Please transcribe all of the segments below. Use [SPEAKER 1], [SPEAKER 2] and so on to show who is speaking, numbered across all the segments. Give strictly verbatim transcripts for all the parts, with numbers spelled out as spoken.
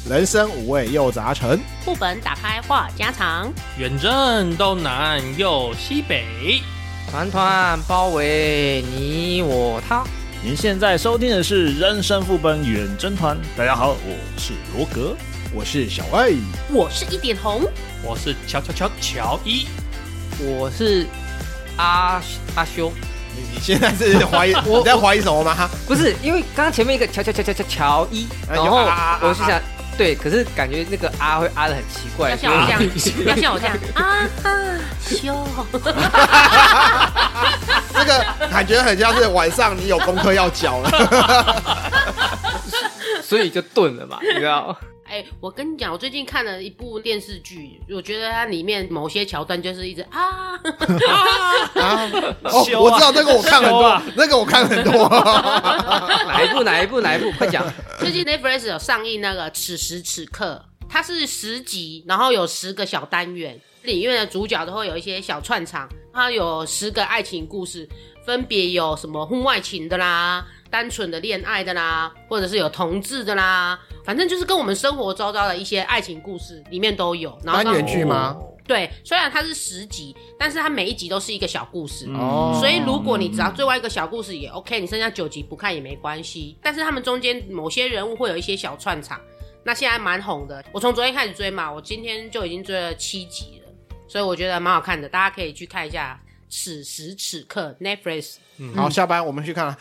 [SPEAKER 1] 人生五味又杂陈，
[SPEAKER 2] 副本打开话家常，
[SPEAKER 3] 远征东南又西北，
[SPEAKER 4] 团团包围你我他。
[SPEAKER 5] 您现在收听的是人生副本远征团。大家好，我是罗格，
[SPEAKER 1] 我是小艾，
[SPEAKER 2] 我是一点红，
[SPEAKER 3] 我是乔乔乔乔一，
[SPEAKER 4] 我是阿阿修。
[SPEAKER 1] 你你现在是怀疑你在怀疑什么吗？
[SPEAKER 4] 不是，因为刚刚前面一个乔乔乔乔乔乔一，然后我是想。对，可是感觉那个啊会啊的很奇怪，
[SPEAKER 2] 要像我这样，要像我这样啊啊修，
[SPEAKER 1] 这个感觉很像是晚上你有功课要交了，
[SPEAKER 4] 所以就顿了嘛，你知道？
[SPEAKER 2] 哎、欸，我跟你讲，我最近看了一部电视剧，我觉得它里面某些桥段就是一直啊啊
[SPEAKER 1] 啊！哦，我知道那个我看很多，啊、那个我看很多。
[SPEAKER 4] 哪一部？哪一部？哪一部？快讲！
[SPEAKER 2] 最近 Netflix 有上映那个《此时此刻》，它是十集，然后有十个小单元，里面的主角都会有一些小串场，它有十个爱情故事，分别有什么婚外情的啦。单纯的恋爱的啦，或者是有同志的啦，反正就是跟我们生活周遭的一些爱情故事里面都有。然后
[SPEAKER 1] 单元剧吗？
[SPEAKER 2] 对，虽然它是十集，但是它每一集都是一个小故事，嗯、所以如果你只要追完一个小故事也 OK， 你剩下九集不看也没关系。但是他们中间某些人物会有一些小串场，那现在蛮红的。我从昨天开始追嘛，我今天就已经追了七集了，所以我觉得蛮好看的，大家可以去看一下。此时此刻 Netflix、
[SPEAKER 1] 嗯、好，下班我们去看了。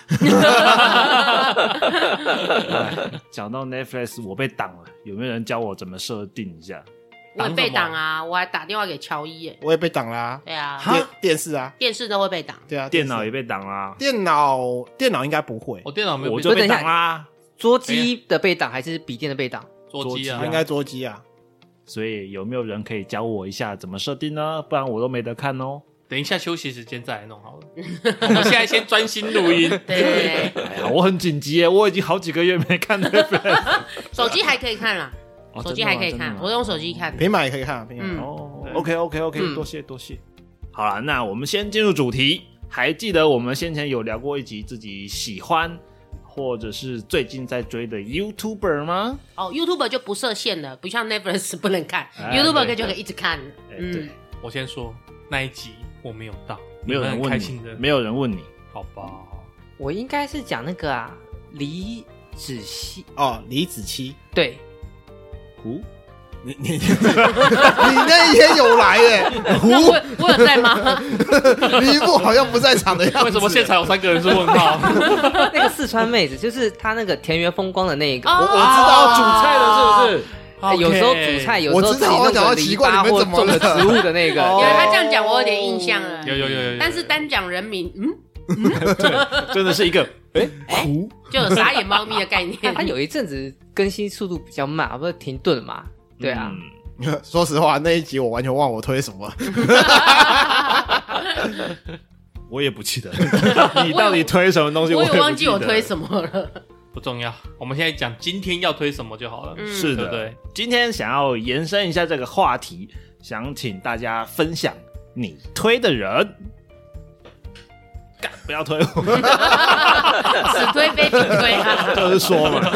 [SPEAKER 5] 讲到 Netflix 我被挡了，有没有人教我怎么设定一下？
[SPEAKER 2] 我也被挡啊，我还打电话给乔伊耶，
[SPEAKER 1] 我也被挡啦、啊。
[SPEAKER 2] 对啊，
[SPEAKER 1] 电电视啊，
[SPEAKER 2] 电视都会被挡。
[SPEAKER 1] 对啊，
[SPEAKER 5] 电脑也被挡啦。
[SPEAKER 1] 电脑电脑应该不会，
[SPEAKER 3] 我、哦、电脑没有，
[SPEAKER 5] 我就被挡啦。
[SPEAKER 4] 桌机的被挡还是笔电的被挡？
[SPEAKER 3] 桌机啊，
[SPEAKER 1] 应该桌机啊。
[SPEAKER 5] 所以有没有人可以教我一下怎么设定呢？不然我都没得看哦。
[SPEAKER 3] 等一下休息时间再来弄好了。我们现在先专心录音。
[SPEAKER 2] 对对对。
[SPEAKER 5] 哎呀，我很紧急耶，我已经好几个月没看 Netflix。
[SPEAKER 2] 手机还可以看啦，哦、手机还可以看，我用手机看。
[SPEAKER 1] 平板也可以看，平板。
[SPEAKER 5] 嗯、哦 ，OK OK OK，、嗯、多谢多谢。好了，那我们先进入主题。还记得我们先前有聊过一集自己喜欢或者是最近在追的 YouTuber 吗？
[SPEAKER 2] 哦 ，YouTuber 就不设限了，不像 Netflix 不能看、哎、，YouTuber 可以就可以一直看。
[SPEAKER 5] 哎、嗯，对，
[SPEAKER 3] 我先说那一集。我没有到，
[SPEAKER 5] 没有人问你，没有人问你，
[SPEAKER 3] 好吧？
[SPEAKER 4] 我应该是讲那个啊，李子柒
[SPEAKER 1] 哦，李子柒，
[SPEAKER 4] 对，
[SPEAKER 5] 胡，
[SPEAKER 1] 你你你那天有来耶，胡，
[SPEAKER 2] 我我有在吗？
[SPEAKER 1] 李布好像不在场的样子，
[SPEAKER 3] 为什么现场有三个人是问号？
[SPEAKER 4] 那个四川妹子，就是她那个田园风光的那个，
[SPEAKER 1] 我我知道
[SPEAKER 5] 煮菜的是不是？
[SPEAKER 4] 欸、有时候煮菜，有时候自己弄个篱笆或种个植物的那个。
[SPEAKER 2] 有他这样讲，我有点印象了。
[SPEAKER 3] 有有有有。
[SPEAKER 2] 但是单讲人名，嗯，
[SPEAKER 5] 嗯对，真的是一个哎
[SPEAKER 2] 胡、欸，就有傻眼猫咪的概念。
[SPEAKER 4] 他有一阵子更新速度比较慢，不是停顿嘛？对啊。
[SPEAKER 1] 嗯、说实话，那一集我完全忘我推什么。
[SPEAKER 5] 我也不记得，你到底推什么东西？
[SPEAKER 2] 我也忘记我推什么了。
[SPEAKER 3] 不重要，我们现在讲今天要推什么就好了。
[SPEAKER 5] 嗯、是的， 对, 对，今天想要延伸一下这个话题，想请大家分享你推的人。干，不要推我，
[SPEAKER 2] 只推非必推啊！
[SPEAKER 5] 就是说嘛。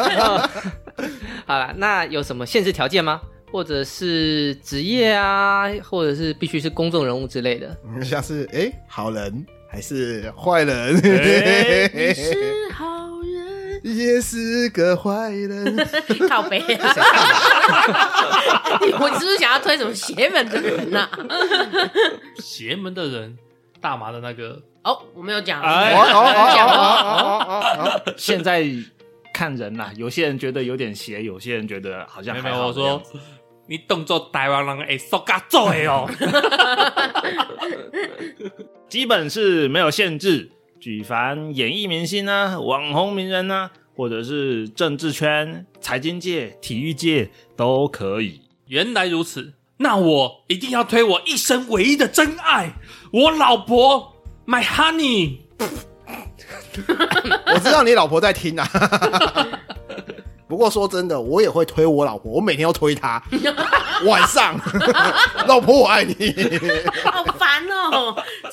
[SPEAKER 4] 好了，那有什么限制条件吗？或者是职业啊，或者是必须是公众人物之类的？
[SPEAKER 1] 像是哎，好人还是坏人？
[SPEAKER 2] 欸、你是好人。
[SPEAKER 1] 也是个坏人，
[SPEAKER 2] 靠北啊！我是不是想要推什么邪门的人啊？
[SPEAKER 3] 邪门的人，大麻的那个
[SPEAKER 2] 哦，我没有讲，
[SPEAKER 5] 哎，
[SPEAKER 2] 我没讲
[SPEAKER 5] 哦。现在看人啦，有些人觉得有点邪，有些人觉得好像还好。
[SPEAKER 3] 没有，我说你动作台湾人会手嘎做的哦，
[SPEAKER 5] 基本是没有限制。举凡演艺明星啊、网红名人啊，或者是政治圈、财经界、体育界都可以。
[SPEAKER 3] 原来如此，那我一定要推我一生唯一的真爱，我老婆 My Honey。
[SPEAKER 1] 我知道你老婆在听啊。不过说真的，我也会推我老婆，我每天要推她。晚上，老婆我爱你。
[SPEAKER 2] 好烦哦，只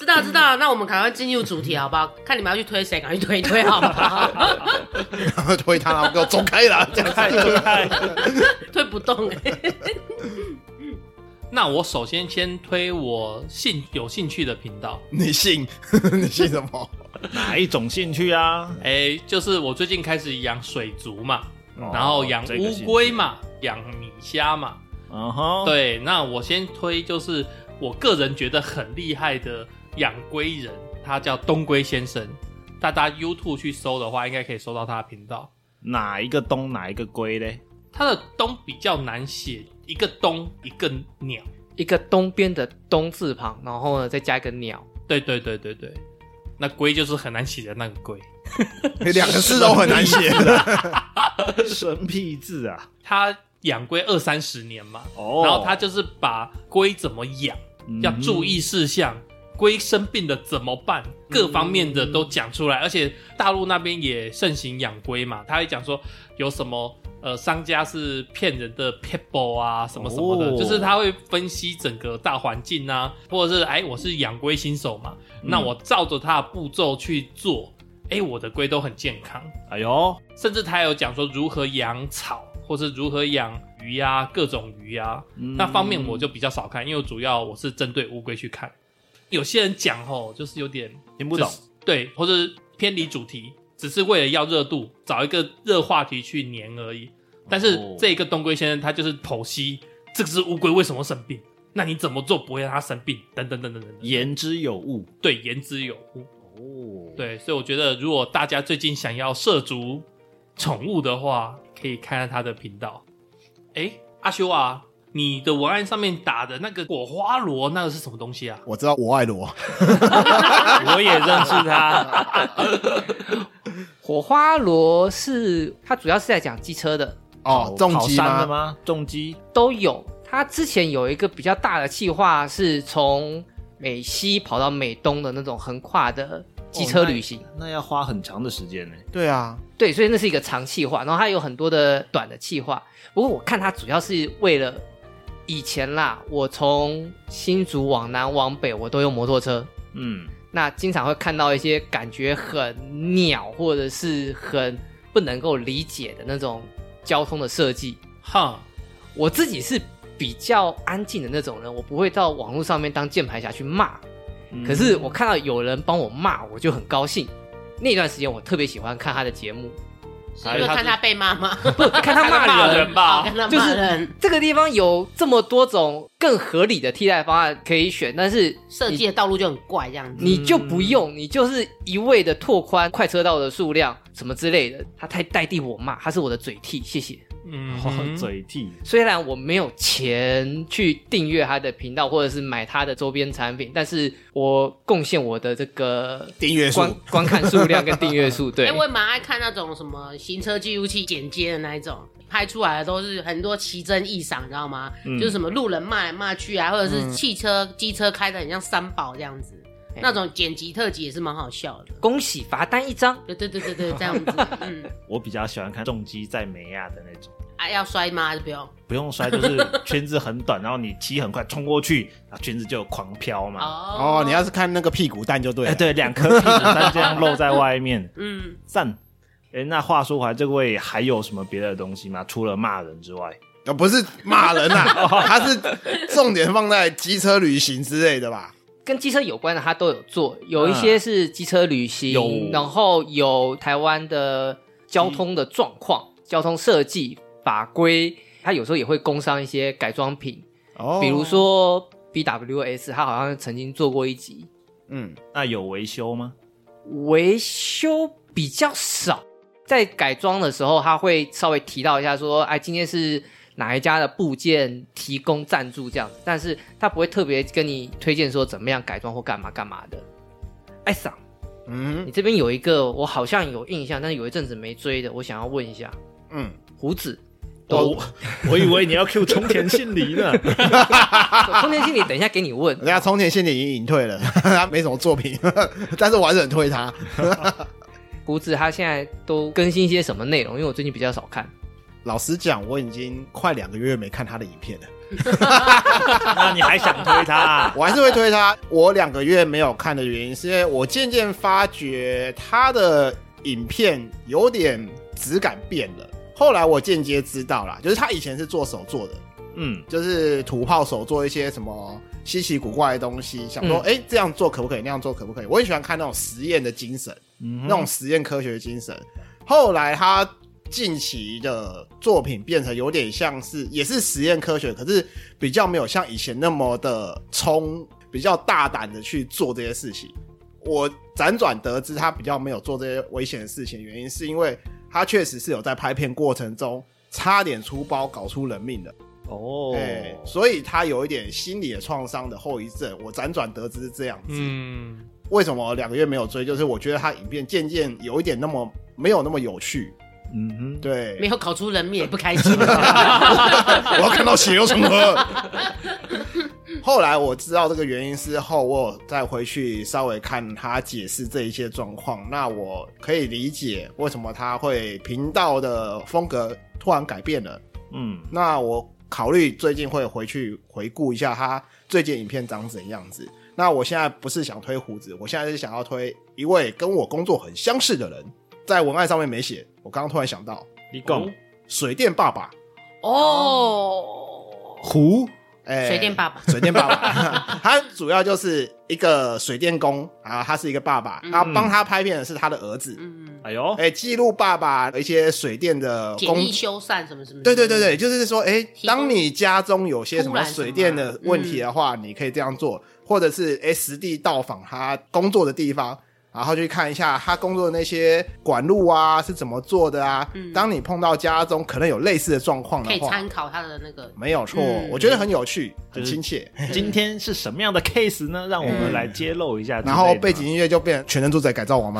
[SPEAKER 2] 知道知道，那我们赶快进入主题好不好？看你们要去推谁，赶快去推一推好不好？
[SPEAKER 1] 赶快推他，然后给我走开了，这样
[SPEAKER 5] 太厉害，
[SPEAKER 2] 推不动哎、欸。
[SPEAKER 3] 那我首先先推我兴有兴趣的频道。
[SPEAKER 1] 你信？你信什么？
[SPEAKER 5] 哪一种兴趣啊？
[SPEAKER 3] 哎、欸，就是我最近开始养水族嘛，
[SPEAKER 5] 哦、
[SPEAKER 3] 然后养乌龟嘛，养米虾嘛。
[SPEAKER 5] 嗯哼，
[SPEAKER 3] 对，那我先推就是我个人觉得很厉害的养龟人，他叫东龟先生。大家 YouTube 去搜的话，应该可以搜到他的频道。
[SPEAKER 5] 哪一个东，哪一个龟嘞？
[SPEAKER 3] 他的东比较难写，一个东一个鸟，
[SPEAKER 4] 一个东边的东字旁，然后呢再加一个鸟。
[SPEAKER 3] 对对对对对，那龟就是很难写的那个龟，
[SPEAKER 1] 两个字都很难写的，
[SPEAKER 5] 生僻字啊！
[SPEAKER 3] 他养龟二三十年嘛，
[SPEAKER 5] 哦，
[SPEAKER 3] 然后他就是把龟怎么养，嗯、要注意事项，龟生病了怎么办，各方面的都讲出来。嗯、而且大陆那边也盛行养龟嘛，他会讲说有什么。呃，商家是骗人的 people 啊，什么什么的，哦、就是他会分析整个大环境啊，或者是哎，我是养龟新手嘛，嗯、那我照着他的步骤去做，哎，我的龟都很健康。
[SPEAKER 5] 哎呦，
[SPEAKER 3] 甚至他有讲说如何养草，或是如何养鱼啊，各种鱼啊，嗯、那方面我就比较少看，因为我主要我是针对乌龟去看。有些人讲吼，就是有点
[SPEAKER 5] 听不懂，
[SPEAKER 3] 对，或者偏离主题。只是为了要热度，找一个热话题去黏而已。但是这一个东龟先生他就是剖析这只乌龟为什么生病，那你怎么做不会让它生病，等等等等等等，
[SPEAKER 5] 言之有物。
[SPEAKER 3] 对，言之有物。
[SPEAKER 5] 哦，
[SPEAKER 3] 对，所以我觉得如果大家最近想要涉足宠物的话，可以看看他的频道。哎，阿修啊，你的文案上面打的那个火花螺，那个是什么东西啊？
[SPEAKER 1] 我知道，我爱螺，
[SPEAKER 5] 我也认识他。
[SPEAKER 4] 火花螺是它主要是在讲机车的
[SPEAKER 1] 哦，重机吗？
[SPEAKER 5] 吗？重机
[SPEAKER 4] 都有。它之前有一个比较大的企划，是从美西跑到美东的那种横跨的机车旅行，
[SPEAKER 5] 哦、那, 那要花很长的时间呢。
[SPEAKER 1] 对啊，
[SPEAKER 4] 对，所以那是一个长企划，然后它有很多的短的企划。不过我看它主要是为了以前啦，我从新竹往南往北，我都用摩托车，嗯。那经常会看到一些感觉很鸟或者是很不能够理解的那种交通的设计。
[SPEAKER 3] 哈，
[SPEAKER 4] 我自己是比较安静的那种人，我不会到网络上面当键盘侠去骂。嗯、可是我看到有人帮我骂，我就很高兴。那段时间我特别喜欢看他的节目。
[SPEAKER 2] 是因为看他被骂吗？
[SPEAKER 4] 不，看他骂人
[SPEAKER 3] 吧。
[SPEAKER 4] 就是这个地方有这么多种更合理的替代方案可以选，但是
[SPEAKER 2] 设计的道路就很怪，这样子
[SPEAKER 4] 你就不用，你就是一味的拓宽快车道的数量什么之类的。他太代替我骂，他是我的嘴替，谢谢。
[SPEAKER 5] 嗯，哦、嘴替。
[SPEAKER 4] 虽然我没有钱去订阅他的频道或者是买他的周边产品，但是我贡献我的这个
[SPEAKER 1] 订阅数、
[SPEAKER 4] 观观看数量跟订阅数。对，
[SPEAKER 2] 哎、欸，我也蛮爱看那种什么行车记录器剪接的那一种，拍出来的都是很多奇珍异赏，你知道吗？嗯、就是什么路人骂来骂去啊，或者是汽车、机车开得很像三宝这样子。那种剪辑特辑也是蛮好笑的，
[SPEAKER 4] 恭喜罚单一张。
[SPEAKER 2] 对对对对对，这样子。嗯，
[SPEAKER 5] 我比较喜欢看重机在美亚的那种。
[SPEAKER 2] 啊，要摔吗？还是不用？
[SPEAKER 5] 不用摔，就是圈子很短，然后你骑很快冲过去，然后圈子就狂飘嘛。
[SPEAKER 1] 哦，你要是看那个屁股蛋就对了。
[SPEAKER 5] 哎，对，两颗屁股蛋这样露在外面。嗯，赞。哎，那话说回来，这位还有什么别的东西吗？除了骂人之外？
[SPEAKER 1] 啊，不是骂人啊，他是重点放在机车旅行之类的吧？
[SPEAKER 4] 跟机车有关的他都有做，有一些是机车旅行，嗯、然后有台湾的交通的状况、交通设计法规，他有时候也会工商一些改装品，哦、比如说 B W S， 他好像曾经做过一集。
[SPEAKER 5] 嗯，那有维修吗？
[SPEAKER 4] 维修比较少，在改装的时候他会稍微提到一下说，哎，今天是哪一家的部件提供赞助这样子，但是他不会特别跟你推荐说怎么样改装或干嘛干嘛的。艾桑，嗯，你这边有一个我好像有印象，但是有一阵子没追的，我想要问一下。嗯，胡子。
[SPEAKER 5] 我我以为你要 Q 冲田杏梨呢。
[SPEAKER 4] 冲田杏梨等一下给你问，
[SPEAKER 1] 人家冲田杏梨已经隐退了，他没什么作品，但是我还是很推他。
[SPEAKER 4] 胡子他现在都更新一些什么内容？因为我最近比较少看。
[SPEAKER 1] 老实讲，我已经快两个月没看他的影片了。
[SPEAKER 5] 那你还想推他、啊？
[SPEAKER 1] 我还是会推他。我两个月没有看的原因，是因为我渐渐发觉他的影片有点质感变了。后来我间接知道啦，就是他以前是做手做的，嗯，就是土炮手做一些什么稀奇古怪的东西，想说，哎、嗯欸，这样做可不可以？那样做可不可以？我很喜欢看那种实验的精神，嗯、那种实验科学的精神。后来他近期的作品变成有点像是，也是实验科学，可是比较没有像以前那么的冲，比较大胆的去做这些事情。我辗转得知他比较没有做这些危险的事情，原因是因为他确实是有在拍片过程中差点出包搞出人命的哦、欸，所以他有一点心理的创伤的后遗症。我辗转得知是这样子。嗯，为什么两个月没有追？就是我觉得他影片渐渐有一点那么没有那么有趣。嗯哼，对，
[SPEAKER 2] 没有搞出人命也不开心。
[SPEAKER 1] 我要看到血流成河。后来我知道这个原因之后，我有再回去稍微看他解释这一些状况，那我可以理解为什么他会频道的风格突然改变了。嗯，那我考虑最近会回去回顾一下他最近影片长怎样子。那我现在不是想推胡子，我现在是想要推一位跟我工作很相似的人，在文案上面没写，我刚刚突然想到，
[SPEAKER 5] 你讲
[SPEAKER 1] 水电爸爸
[SPEAKER 2] 哦，
[SPEAKER 1] 胡。
[SPEAKER 2] 欸、水电爸爸，
[SPEAKER 1] 水电爸爸，他主要就是一个水电工啊，他是一个爸爸，然后帮他拍片的是他的儿子，嗯，哎呦，哎，记录爸爸一些水电的
[SPEAKER 2] 简易修缮什么什么，
[SPEAKER 1] 对对对对，就是说，哎，当你家中有些什么水电的问题的话，你可以这样做，或者是哎实地到访他工作的地方。然后去看一下他工作的那些管路啊是怎么做的啊、嗯、当你碰到家中可能有类似的状况的话，
[SPEAKER 2] 可以参考他的那个，
[SPEAKER 1] 没有错、嗯、我觉得很有趣，很亲切。
[SPEAKER 5] 今天是什么样的 case 呢？让我们来揭露一下、嗯、
[SPEAKER 1] 然后背景音乐就变成全能住宅改造王吗？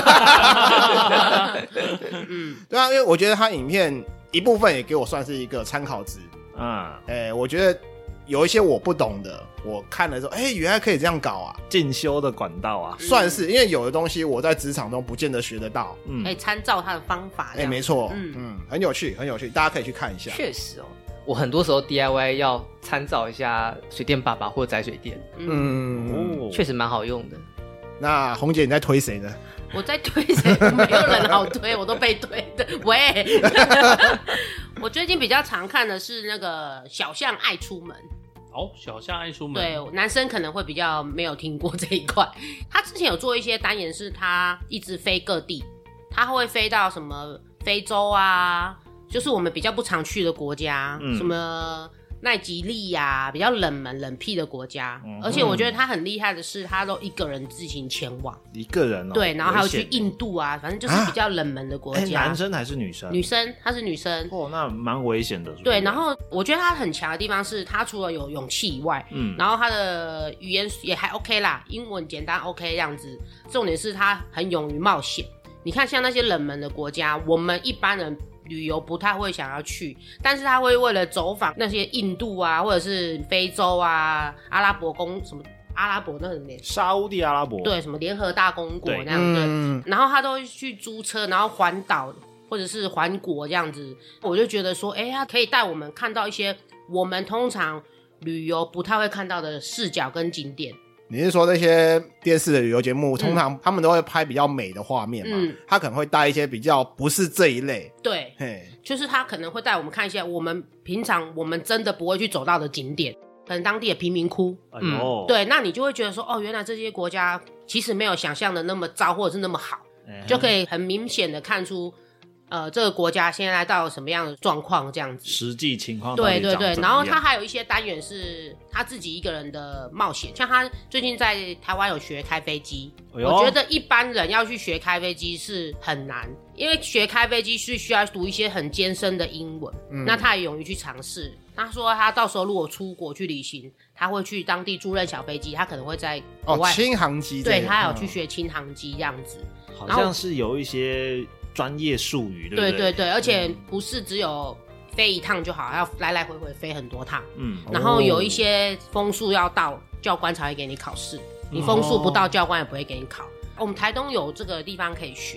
[SPEAKER 1] 嗯，对啊，因为我觉得他影片一部分也给我算是一个参考值啊、嗯欸、我觉得有一些我不懂的，我看了之后，哎、欸，原来可以这样搞啊，
[SPEAKER 5] 进修的管道啊，
[SPEAKER 1] 算是，因为有的东西我在职场中不见得学得到，
[SPEAKER 2] 嗯，可以参照他的方法，
[SPEAKER 1] 哎、欸，没错，嗯嗯，很有趣，很有趣，大家可以去看一下。
[SPEAKER 4] 确实哦，我很多时候 D I Y 要参照一下水电爸爸或宅水电，嗯，确、嗯、实蛮好用的。
[SPEAKER 1] 那红姐你在推谁呢？
[SPEAKER 2] 我在推谁？没有人好推，我都被推的。喂，我最近比较常看的是那个小象爱出门。
[SPEAKER 3] 哦，小象爱出门。
[SPEAKER 2] 对，男生可能会比较没有听过这一块。他之前有做一些单元，是他一直飞各地，他会飞到什么非洲啊，就是我们比较不常去的国家，嗯、什么奈及利亚、啊、比较冷门冷僻的国家、嗯、而且我觉得他很厉害的是他都一个人自行前往，
[SPEAKER 5] 一个人哦，
[SPEAKER 2] 对，然后还有去印度啊，反正就是比较冷门的国家、
[SPEAKER 5] 啊欸、男生还是女生？
[SPEAKER 2] 女生，她是女生
[SPEAKER 5] 哦，那蛮危险的。
[SPEAKER 2] 对，然后我觉得他很强的地方是他除了有勇气以外，嗯，然后他的语言也还 OK 啦，英文简单 OK 这样子，重点是他很勇于冒险。你看像那些冷门的国家，我们一般人旅游不太会想要去，但是他会为了走访那些印度啊，或者是非洲啊、阿拉伯公什么阿拉伯那个什么
[SPEAKER 5] 沙烏地阿拉伯，
[SPEAKER 2] 对，什么联合大公国那样子、嗯，然后他都会去租车，然后环岛或者是环国这样子。我就觉得说，哎，他可以带我们看到一些我们通常旅游不太会看到的视角跟景点。
[SPEAKER 1] 你是说那些电视的旅游节目、嗯、通常他们都会拍比较美的画面嘛、嗯、他可能会带一些比较不是这一类，
[SPEAKER 2] 对，嘿，就是他可能会带我们看一些我们平常我们真的不会去走到的景点，可能当地的贫民窟、嗯哦、对，那你就会觉得说，哦，原来这些国家其实没有想象的那么糟或者是那么好、嗯、就可以很明显的看出呃，这个国家现在到什么样的状况这样子，
[SPEAKER 5] 实际情况
[SPEAKER 2] 对对对，然后他还有一些单元是他自己一个人的冒险，像他最近在台湾有学开飞机、哎、我觉得一般人要去学开飞机是很难，因为学开飞机是需要读一些很艰深的英文、嗯、那他也勇于去尝试。他说他到时候如果出国去旅行，他会去当地租赁小飞机，他可能会在国外、
[SPEAKER 1] 哦、轻航机，
[SPEAKER 2] 对，他有去学轻航机这样子、
[SPEAKER 5] 嗯、好像是有一些专业术语，对不对？
[SPEAKER 2] 对对对，而且不是只有飞一趟就好，要来来回回飞很多趟。嗯，然后有一些风速要到，教官才会给你考试。你风速不到，教官也不会给你考。我们台东有这个地方可以学，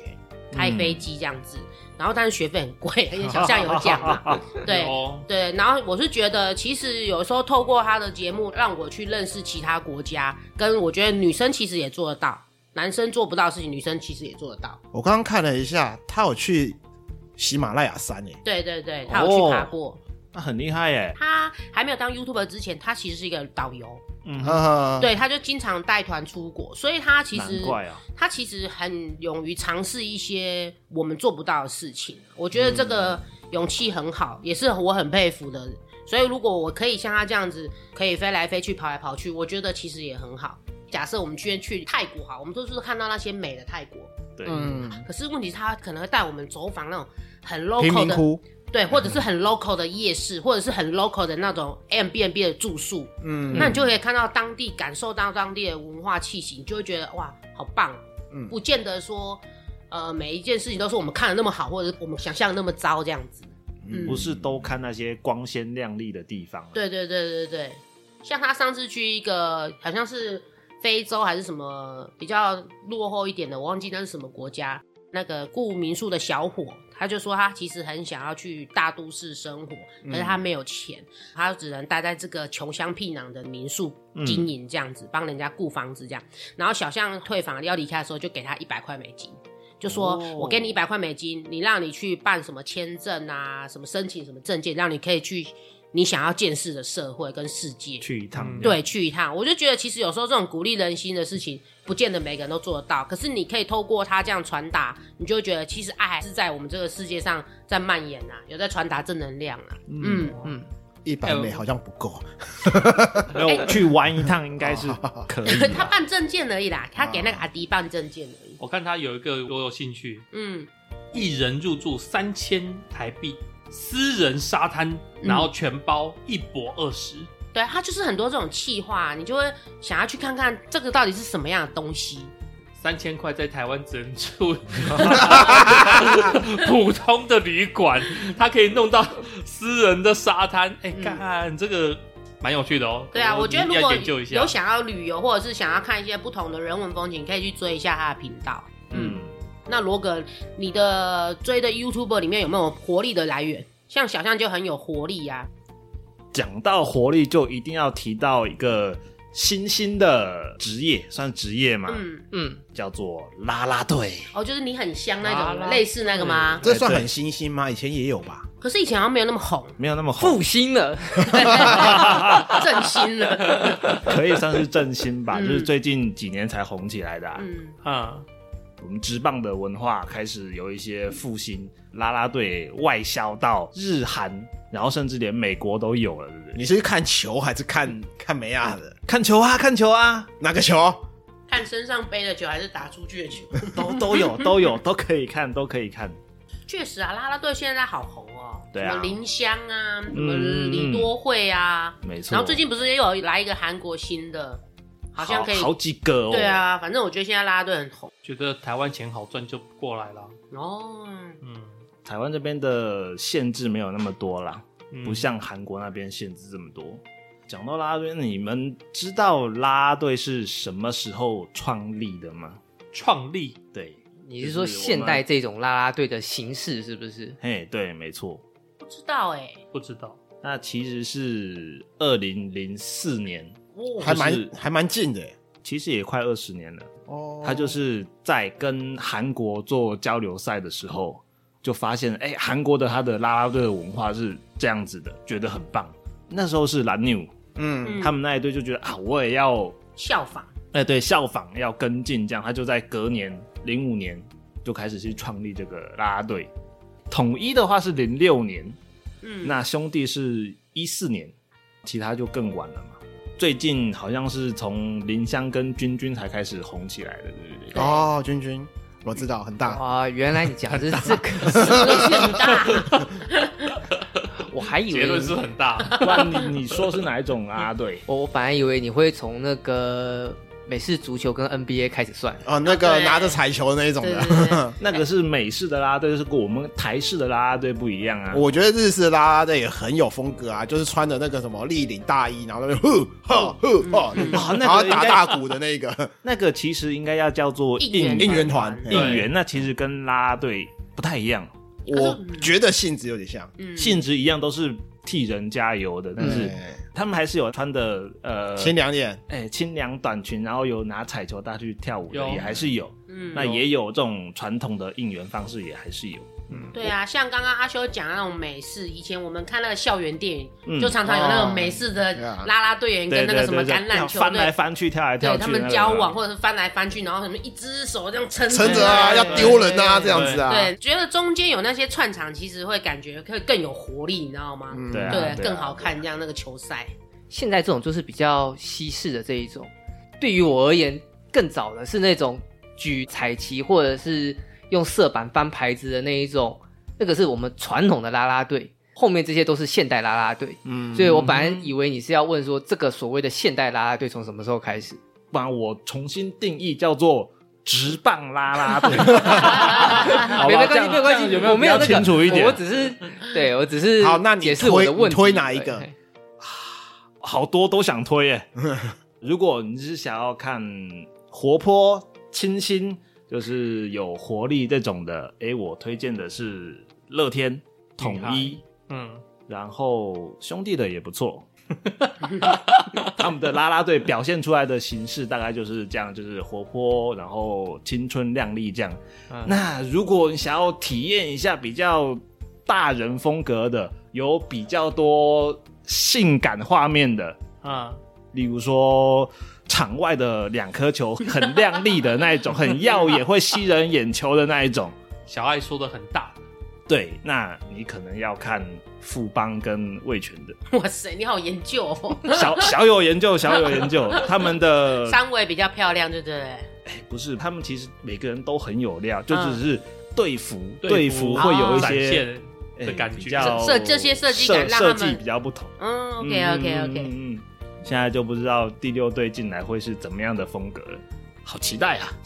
[SPEAKER 2] 开飞机这样子。然后但是学费很贵，而且小象有讲嘛，对对。然后我是觉得，其实有时候透过他的节目，让我去认识其他国家，跟我觉得女生其实也做得到，男生做不到的事情，女生其实也做得到。
[SPEAKER 1] 我刚刚看了一下，他有去喜马拉雅山耶。
[SPEAKER 2] 对对对，他有去爬过。哦，
[SPEAKER 5] 那很厉害耶！
[SPEAKER 2] 他还没有当 YouTuber 之前，他其实是一个导游。
[SPEAKER 1] 嗯哼，
[SPEAKER 2] 对，他就经常带团出国，所以他其实
[SPEAKER 5] 难怪啊，
[SPEAKER 2] 他其实很勇于尝试一些我们做不到的事情。我觉得这个勇气很好，也是我很佩服的。所以如果我可以像他这样子，可以飞来飞去、跑来跑去，我觉得其实也很好。假设我们今天去泰国好，我们都是看到那些美的泰国，
[SPEAKER 5] 对，
[SPEAKER 2] 嗯，可是问题是他可能会带我们走访那种很 local 的
[SPEAKER 1] 贫民窟。
[SPEAKER 2] 对，或者是很 local 的夜市，或者是很 local 的那种 Airbnb 的住宿，
[SPEAKER 1] 嗯，
[SPEAKER 2] 那你就可以看到当地，感受到当地的文化气息，你就会觉得哇，好棒。嗯，不见得说，呃，每一件事情都是我们看的那么好，或者是我们想象的那么糟这样子。
[SPEAKER 5] 嗯，不是都看那些光鲜亮丽的地方。
[SPEAKER 2] 对对对对对，像他上次去一个好像是非洲还是什么比较落后一点的，我忘记那是什么国家。那个顾民宿的小伙，他就说他其实很想要去大都市生活，可是他没有钱，嗯，他只能待在这个穷乡僻壤的民宿经营这样子，帮，嗯，人家顾房子这样。然后小象退房要离开的时候，就给他一百块美金，就说，哦，我给你一百块美金，你让你去办什么签证啊，什么申请什么证件，让你可以去你想要见识的社会跟世界
[SPEAKER 5] 去一趟，嗯，
[SPEAKER 2] 对，去一趟。我就觉得其实有时候这种鼓励人心的事情不见得每个人都做得到，可是你可以透过他这样传达，你就会觉得其实爱还是在我们这个世界上在蔓延啊，有在传达正能量啊。嗯嗯，
[SPEAKER 1] 一百美好像不够，
[SPEAKER 5] 没有，去玩一趟应该是可以。
[SPEAKER 2] 他办证件而已啦，他给那个阿迪办证件而已。
[SPEAKER 3] 我看他有一个我有兴趣，嗯，一人入住三千台币。私人沙滩，然后全包一博二十。
[SPEAKER 2] 对，它就是很多这种企划，你就会想要去看看这个到底是什么样的东西。
[SPEAKER 3] 三千块在台湾只能住普通的旅馆，它可以弄到私人的沙滩。哎，欸，看，嗯，这个蛮有趣的哦。
[SPEAKER 2] 对啊，我觉得如果有想要旅游，或者是想要看一些不同的人文风景，可以去追一下他的频道。嗯。那罗格，你的追的 YouTuber 里面有没有活力的来源？像小象就很有活力呀，啊。
[SPEAKER 5] 讲到活力，就一定要提到一个新兴的职业，算职业嘛？嗯嗯，叫做啦啦队。哦，
[SPEAKER 2] 就是你很香那种，啦啦类似那个吗？
[SPEAKER 1] 这算很新兴吗？以前也有吧。
[SPEAKER 2] 可是以前好像没有那么红，
[SPEAKER 5] 没有那么红，
[SPEAKER 4] 复兴了，
[SPEAKER 2] 振兴了，
[SPEAKER 5] 可以算是振兴吧，嗯，就是最近几年才红起来的，啊。嗯啊。我们职棒的文化开始有一些复兴，啦啦队外销到日韩，然后甚至连美国都有了，对不对？
[SPEAKER 1] 你是看球还是看看梅亚的？
[SPEAKER 5] 看球啊，看球啊！
[SPEAKER 1] 哪个球？
[SPEAKER 2] 看身上背的球还是打出去的球？
[SPEAKER 5] 都都有，都有，都可以看，都可以看。
[SPEAKER 2] 确实啊，啦啦队现在好红哦，
[SPEAKER 5] 对啊，
[SPEAKER 2] 什么林香啊，什么李多惠啊，嗯，没错。然后最近不是也有来一个韩国新的？好像可以
[SPEAKER 5] 好, 好几个哦。
[SPEAKER 2] 对啊，反正我觉得现在啦啦队很红。
[SPEAKER 3] 觉得台湾钱好赚就过来了。
[SPEAKER 2] 哦，
[SPEAKER 5] 嗯，台湾这边的限制没有那么多啦，嗯，不像韩国那边限制这么多。讲到啦啦队，你们知道啦啦队是什么时候创立的吗？
[SPEAKER 3] 创立？
[SPEAKER 5] 对，
[SPEAKER 4] 你是说现代这种啦啦队的形式是不是？
[SPEAKER 5] 嘿，对，没错。
[SPEAKER 2] 不知道哎，欸，
[SPEAKER 3] 不知道。
[SPEAKER 5] 那其实是二零零四年。
[SPEAKER 1] 哦，还蛮还蛮近的，
[SPEAKER 5] 其实也快二十年了。哦，他就是在跟韩国做交流赛的时候，就发现，哎，韩国的他的啦啦队的文化是这样子的，觉得很棒。那时候是蓝牛，嗯，他们那一队就觉得啊，我也要
[SPEAKER 2] 效仿，
[SPEAKER 5] 哎，对，效仿要跟进，这样他就在隔年零五年就开始去创立这个啦啦队。统一的话是零六年，嗯，那兄弟是一四年，其他就更晚了嘛。最近好像是从林香跟君君才开始红起来的，对不对？
[SPEAKER 1] 哦，君君，我知道很大
[SPEAKER 4] 啊，哦，原来你讲的是这个，
[SPEAKER 2] 很大，
[SPEAKER 4] 我还以为
[SPEAKER 3] 结论是很大。
[SPEAKER 5] 不然你你说是哪一种啊？对，
[SPEAKER 4] 我我本来以为你会从那个美式足球跟 N B A 开始算
[SPEAKER 1] 哦，那个拿着彩球的那一种的，
[SPEAKER 2] 对对对
[SPEAKER 5] 那个是美式的啦啦队，是跟我们台式的啦啦队不一样啊。
[SPEAKER 1] 我觉得日式啦啦队也很有风格啊，就是穿的那个什么立领大衣，然后那边呼哈呼哈，然后打大鼓的那个，
[SPEAKER 5] 那个其实应该要叫做
[SPEAKER 2] 应
[SPEAKER 1] 应援团，
[SPEAKER 5] 应援，那其实跟啦啦队不太一样。
[SPEAKER 1] 我觉得性质有点像，
[SPEAKER 2] 嗯
[SPEAKER 5] 性质一样，都是替人加油的，但是
[SPEAKER 1] 嗯
[SPEAKER 5] 他们还是有穿的呃
[SPEAKER 1] 清凉点，
[SPEAKER 5] 哎清凉短裙，然后有拿彩球大去跳舞的
[SPEAKER 3] 有
[SPEAKER 5] 也还是有，
[SPEAKER 2] 嗯
[SPEAKER 5] 那也有这种传统的应援方式也还是有。
[SPEAKER 2] 对啊，像刚刚阿修讲的那种美式，以前我们看那个校园电影，
[SPEAKER 5] 嗯
[SPEAKER 2] 就常常有那种美式的啦啦队员跟那个什么橄榄球
[SPEAKER 5] 翻来
[SPEAKER 2] 队，
[SPEAKER 5] 翻去跳来跳去，
[SPEAKER 2] 对他们交往或者是翻来翻去，然后什么一只手这样撑
[SPEAKER 1] 撑着啊，要丢人啊，这样子啊，
[SPEAKER 2] 对，觉得中间有那些串场，其实会感觉会更有活力，你知道吗？
[SPEAKER 1] 嗯
[SPEAKER 5] 对啊
[SPEAKER 2] 对，更好看，这样那个球赛。
[SPEAKER 4] 现在这种就是比较西式的这一种，对于我而言，更早的是那种举彩旗或者是用色板翻牌子的那一种，那个是我们传统的啦啦队。后面这些都是现代啦啦队，嗯，所以我本来以为你是要问说这个所谓的现代啦啦队从什么时候开始？
[SPEAKER 5] 不然我重新定义叫做直棒啦啦队。
[SPEAKER 4] 没没关系，没有关系，
[SPEAKER 5] 有没有
[SPEAKER 4] 我没有那个
[SPEAKER 5] 比较清楚一点？
[SPEAKER 4] 我只是对我只是
[SPEAKER 1] 好，那你
[SPEAKER 4] 解释我的问题，
[SPEAKER 1] 推推哪一个？
[SPEAKER 4] 对
[SPEAKER 5] 好多都想推耶。如果你是想要看活泼、清新，就是有活力这种的，哎，我推荐的是乐天、统一，
[SPEAKER 3] 嗯，
[SPEAKER 5] 然后兄弟的也不错。他们的啦啦队表现出来的形式大概就是这样，就是活泼，然后青春靓丽这样。
[SPEAKER 3] 嗯、
[SPEAKER 5] 那如果你想要体验一下比较大人风格的，有比较多性感画面的
[SPEAKER 3] 啊，
[SPEAKER 5] 例如说场外的两颗球很亮丽的那一种，很耀眼会吸人眼球的那一种，
[SPEAKER 3] 小爱说的很大，
[SPEAKER 5] 对，那你可能要看富邦跟味全的。
[SPEAKER 2] 哇塞，你好研究哦，
[SPEAKER 5] 小小有研究，小有研究，他们的
[SPEAKER 2] 三围比较漂亮，对不对？
[SPEAKER 5] 哎，不是，他们其实每个人都很有料，就只是队服，
[SPEAKER 3] 对
[SPEAKER 5] 队服会有一
[SPEAKER 3] 展
[SPEAKER 5] 些
[SPEAKER 3] 现的感觉，
[SPEAKER 5] 比较
[SPEAKER 2] 设这些设计感让他们
[SPEAKER 5] 设计比较不同。
[SPEAKER 2] 嗯 ，OK OK OK，
[SPEAKER 5] 嗯嗯，现在就不知道第六队进来会是怎么样的风格了，好期待啊！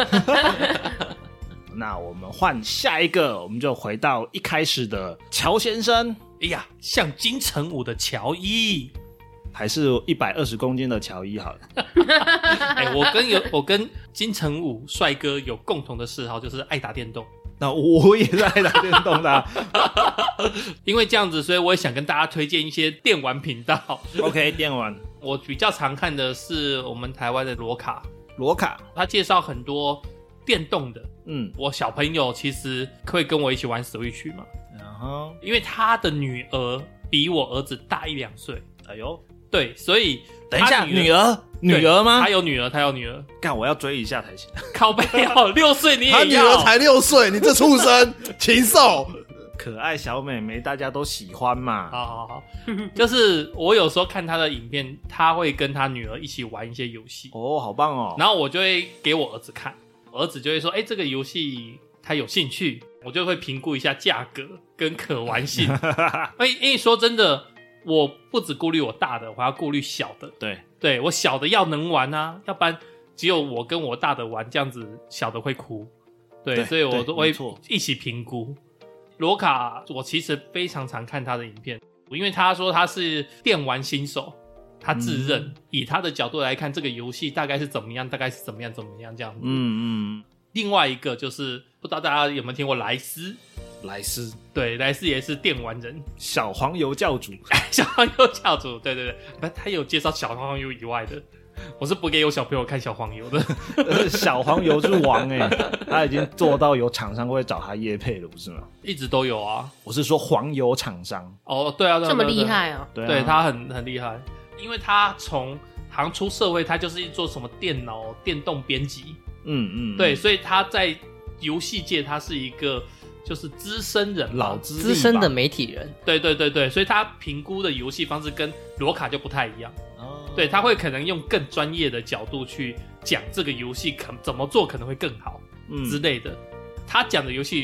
[SPEAKER 5] 那我们换下一个，我们就回到一开始的乔先生。
[SPEAKER 3] 哎呀，像金城武的乔伊，
[SPEAKER 5] 还是一百二十公斤的乔伊好了。
[SPEAKER 3] 哎，我跟有我跟金城武帅哥有共同的嗜好，就是爱打电动。
[SPEAKER 5] 那我也是爱打电动的、啊，
[SPEAKER 3] 因为这样子，所以我也想跟大家推荐一些电玩频道。
[SPEAKER 5] OK， 电玩，
[SPEAKER 3] 我比较常看的是我们台湾的罗卡，
[SPEAKER 5] 罗卡，
[SPEAKER 3] 他介绍很多电动的。
[SPEAKER 5] 嗯，
[SPEAKER 3] 我小朋友其实会跟我一起玩 Switch 嘛，
[SPEAKER 5] 然后，
[SPEAKER 3] 因为他的女儿比我儿子大一两岁。
[SPEAKER 5] 哎呦，
[SPEAKER 3] 对，所以
[SPEAKER 5] 等一下，
[SPEAKER 3] 女
[SPEAKER 5] 女儿，女儿吗？
[SPEAKER 3] 他有女儿，他有女儿，
[SPEAKER 5] 干，我要追一下才行。
[SPEAKER 3] 靠背哦，六岁你也要？
[SPEAKER 1] 他女儿才六岁，你这畜生，禽兽！
[SPEAKER 5] 可爱小妹妹，大家都喜欢嘛。
[SPEAKER 3] 好好好，就是我有时候看他的影片，他会跟他女儿一起玩一些游戏，
[SPEAKER 5] 哦，好棒哦。
[SPEAKER 3] 然后我就会给我儿子看，儿子就会说，哎，这个游戏他有兴趣，我就会评估一下价格跟可玩性。因为因为说真的，我不只顾虑我大的，我还要顾虑小的。
[SPEAKER 5] 对，
[SPEAKER 3] 对我小的要能玩啊，要不然只有我跟我大的玩，这样子小的会哭。对，
[SPEAKER 5] 对
[SPEAKER 3] 所以我都会
[SPEAKER 5] 没错
[SPEAKER 3] 一起评估。罗卡，我其实非常常看他的影片，因为他说他是电玩新手，他自认、嗯、以他的角度来看，这个游戏大概是怎么样，大概是怎么样，怎么样这样子。
[SPEAKER 5] 嗯嗯。
[SPEAKER 3] 另外一个就是不知道大家有没有听过莱斯？
[SPEAKER 5] 莱斯，
[SPEAKER 3] 对，莱斯也是电玩人，
[SPEAKER 5] 小黄油教主，
[SPEAKER 3] 小黄油教主，对对对，不，他有介绍小黄油以外的。我是不给有小朋友看小黄油的。
[SPEAKER 5] 小黄油是王哎、欸，他已经做到有厂商会找他业配了，不是吗？
[SPEAKER 3] 一直都有啊。
[SPEAKER 5] 我是说黄油厂商。
[SPEAKER 3] 哦，对啊，对啊，
[SPEAKER 2] 这么厉害哦。
[SPEAKER 5] 对啊，
[SPEAKER 3] 对他很很厉害，因为他从好像出社会，他就是做什么电脑电动编辑。
[SPEAKER 5] 嗯嗯，
[SPEAKER 3] 对，所以他在游戏界他是一个就是资深人，
[SPEAKER 5] 老资
[SPEAKER 4] 资深的媒体人。
[SPEAKER 3] 对对对对，所以他评估的游戏方式跟罗卡就不太一样。
[SPEAKER 5] 哦，
[SPEAKER 3] 对，他会可能用更专业的角度去讲这个游戏可怎么做可能会更好、嗯、之类的。他讲的游戏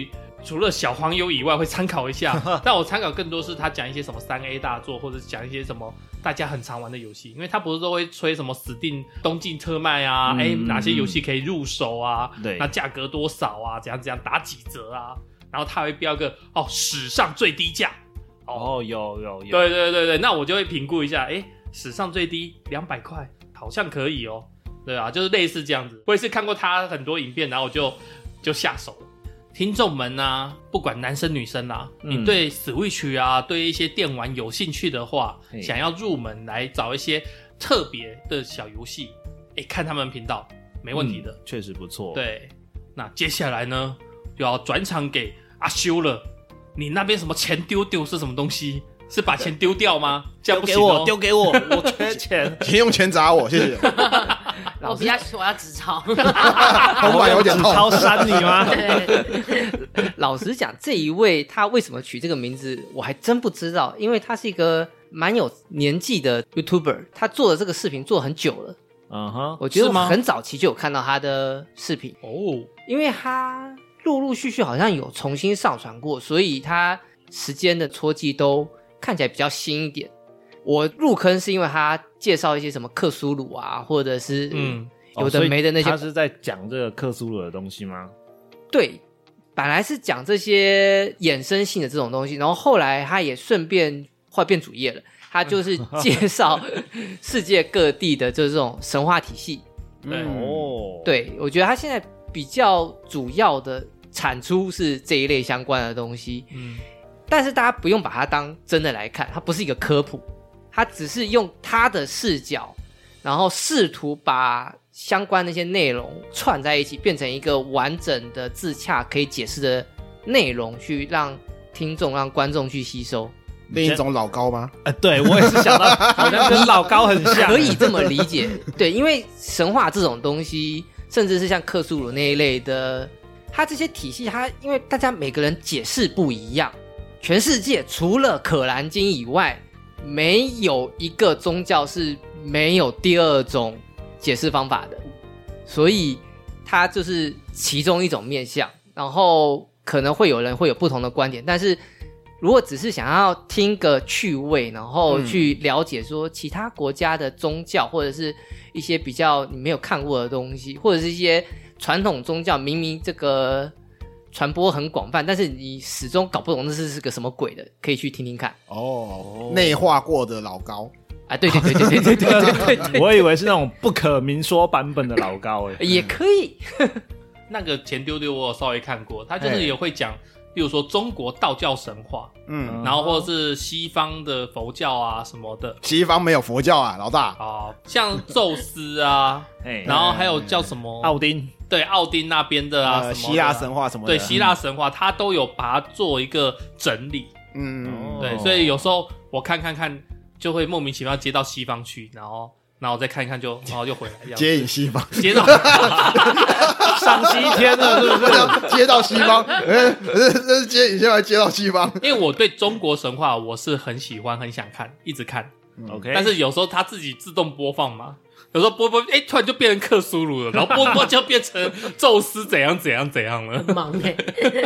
[SPEAKER 3] 除了小黄油以外会参考一下，但我参考更多是他讲一些什么三 A 大作，或者是讲一些什么大家很常玩的游戏，因为他不是都会吹什么死定东进特卖啊，哎、嗯，哪些游戏可以入手啊，对，那价格多少啊，怎样怎样打几折啊，然后他会标个哦史上最低价，
[SPEAKER 5] 哦，有有有，
[SPEAKER 3] 对对对对，那我就会评估一下，哎，史上最低两百块，好像可以哦，对啊，就是类似这样子，我也是看过他很多影片，然后我就就下手了。听众们啊，不管男生女生啊，嗯、你对 Switch 啊，对一些电玩有兴趣的话，想要入门来找一些特别的小游戏，哎，看他们频道没问题的，
[SPEAKER 5] 确、嗯、实不错。
[SPEAKER 3] 对，那接下来呢，就要转场给阿修了。你那边什么钱丢丢是什么东西？是把钱丢掉吗？这样不行哦，
[SPEAKER 5] 丢给我，丢给我，我缺钱，
[SPEAKER 1] 请用钱砸我，谢谢。
[SPEAKER 2] 我不要，我要纸钞。
[SPEAKER 1] 头发有点痛，
[SPEAKER 5] 纸钞扇你吗？
[SPEAKER 4] 老实讲，这一位他为什么取这个名字，我还真不知道，因为他是一个蛮有年纪的 YouTuber， 他做的这个视频做很久了。嗯哼，我觉得我很早期就有看到他的视频哦，因为他陆陆续续好像有重新上传过，所以他时间的戳记都看起来比较新一点。我入坑是因为他介绍一些什么克苏鲁啊，或者是嗯有的没的那些、
[SPEAKER 5] 哦、他是在讲这个克苏鲁的东西吗？
[SPEAKER 4] 对，本来是讲这些衍生性的这种东西，然后后来他也顺便后来变主业了，他就是介绍世界各地的这种神话体系。
[SPEAKER 3] 对、
[SPEAKER 4] 哦、对，我觉得他现在比较主要的产出是这一类相关的东西。嗯，但是大家不用把它当真的来看，它不是一个科普，他只是用他的视角，然后试图把相关那些内容串在一起，变成一个完整的自洽可以解释的内容，去让听众让观众去吸收。
[SPEAKER 1] 另一种老高吗？
[SPEAKER 5] 呃，对，我也是想到好像跟老高很像。
[SPEAKER 4] 可以这么理解。对，因为神话这种东西，甚至是像克苏鲁那一类的，它这些体系，它因为大家每个人解释不一样，全世界除了可兰经以外，没有一个宗教是没有第二种解释方法的，所以它就是其中一种面向，然后可能会有人会有不同的观点，但是如果只是想要听个趣味，然后去了解说其他国家的宗教，或者是一些比较你没有看过的东西，或者是一些传统宗教明明这个传播很广泛，但是你始终搞不懂那是是个什么鬼的，可以去听听看。
[SPEAKER 1] 哦，内化过的老高
[SPEAKER 4] 啊，对对对对对对对对对对，
[SPEAKER 5] 我以为是那种不可明说版本的老高诶，
[SPEAKER 4] 也可以。
[SPEAKER 3] 那个钱丢丢我有稍微看过，他就是也会讲，比如说中国道教神话，嗯，然后或者是西方的佛教啊什么的。
[SPEAKER 1] 西方没有佛教啊，老大。
[SPEAKER 3] 哦，像宙斯啊，然后还有叫什么
[SPEAKER 5] 奥丁。
[SPEAKER 3] 对，奥丁那边的啊、呃、什么的
[SPEAKER 1] 希腊神话什么的，
[SPEAKER 3] 对，希腊神话他都有把它做一个整理。嗯，对，所以有时候我看看看就会莫名其妙接到西方去，然后然后再看一看就然后就回来，
[SPEAKER 1] 接引西方，
[SPEAKER 3] 接到
[SPEAKER 5] 上西天了，是不
[SPEAKER 1] 是？接到西方，哎，这是接引现在接到西方。
[SPEAKER 3] 因为我对中国神话我是很喜欢，很想看，一直看。
[SPEAKER 5] OK，
[SPEAKER 3] 但是有时候它自己自动播放嘛。有时候播播，哎，突然就变成克苏鲁了，然后播播就变成宙斯怎样怎样怎样了，
[SPEAKER 2] 很忙欸。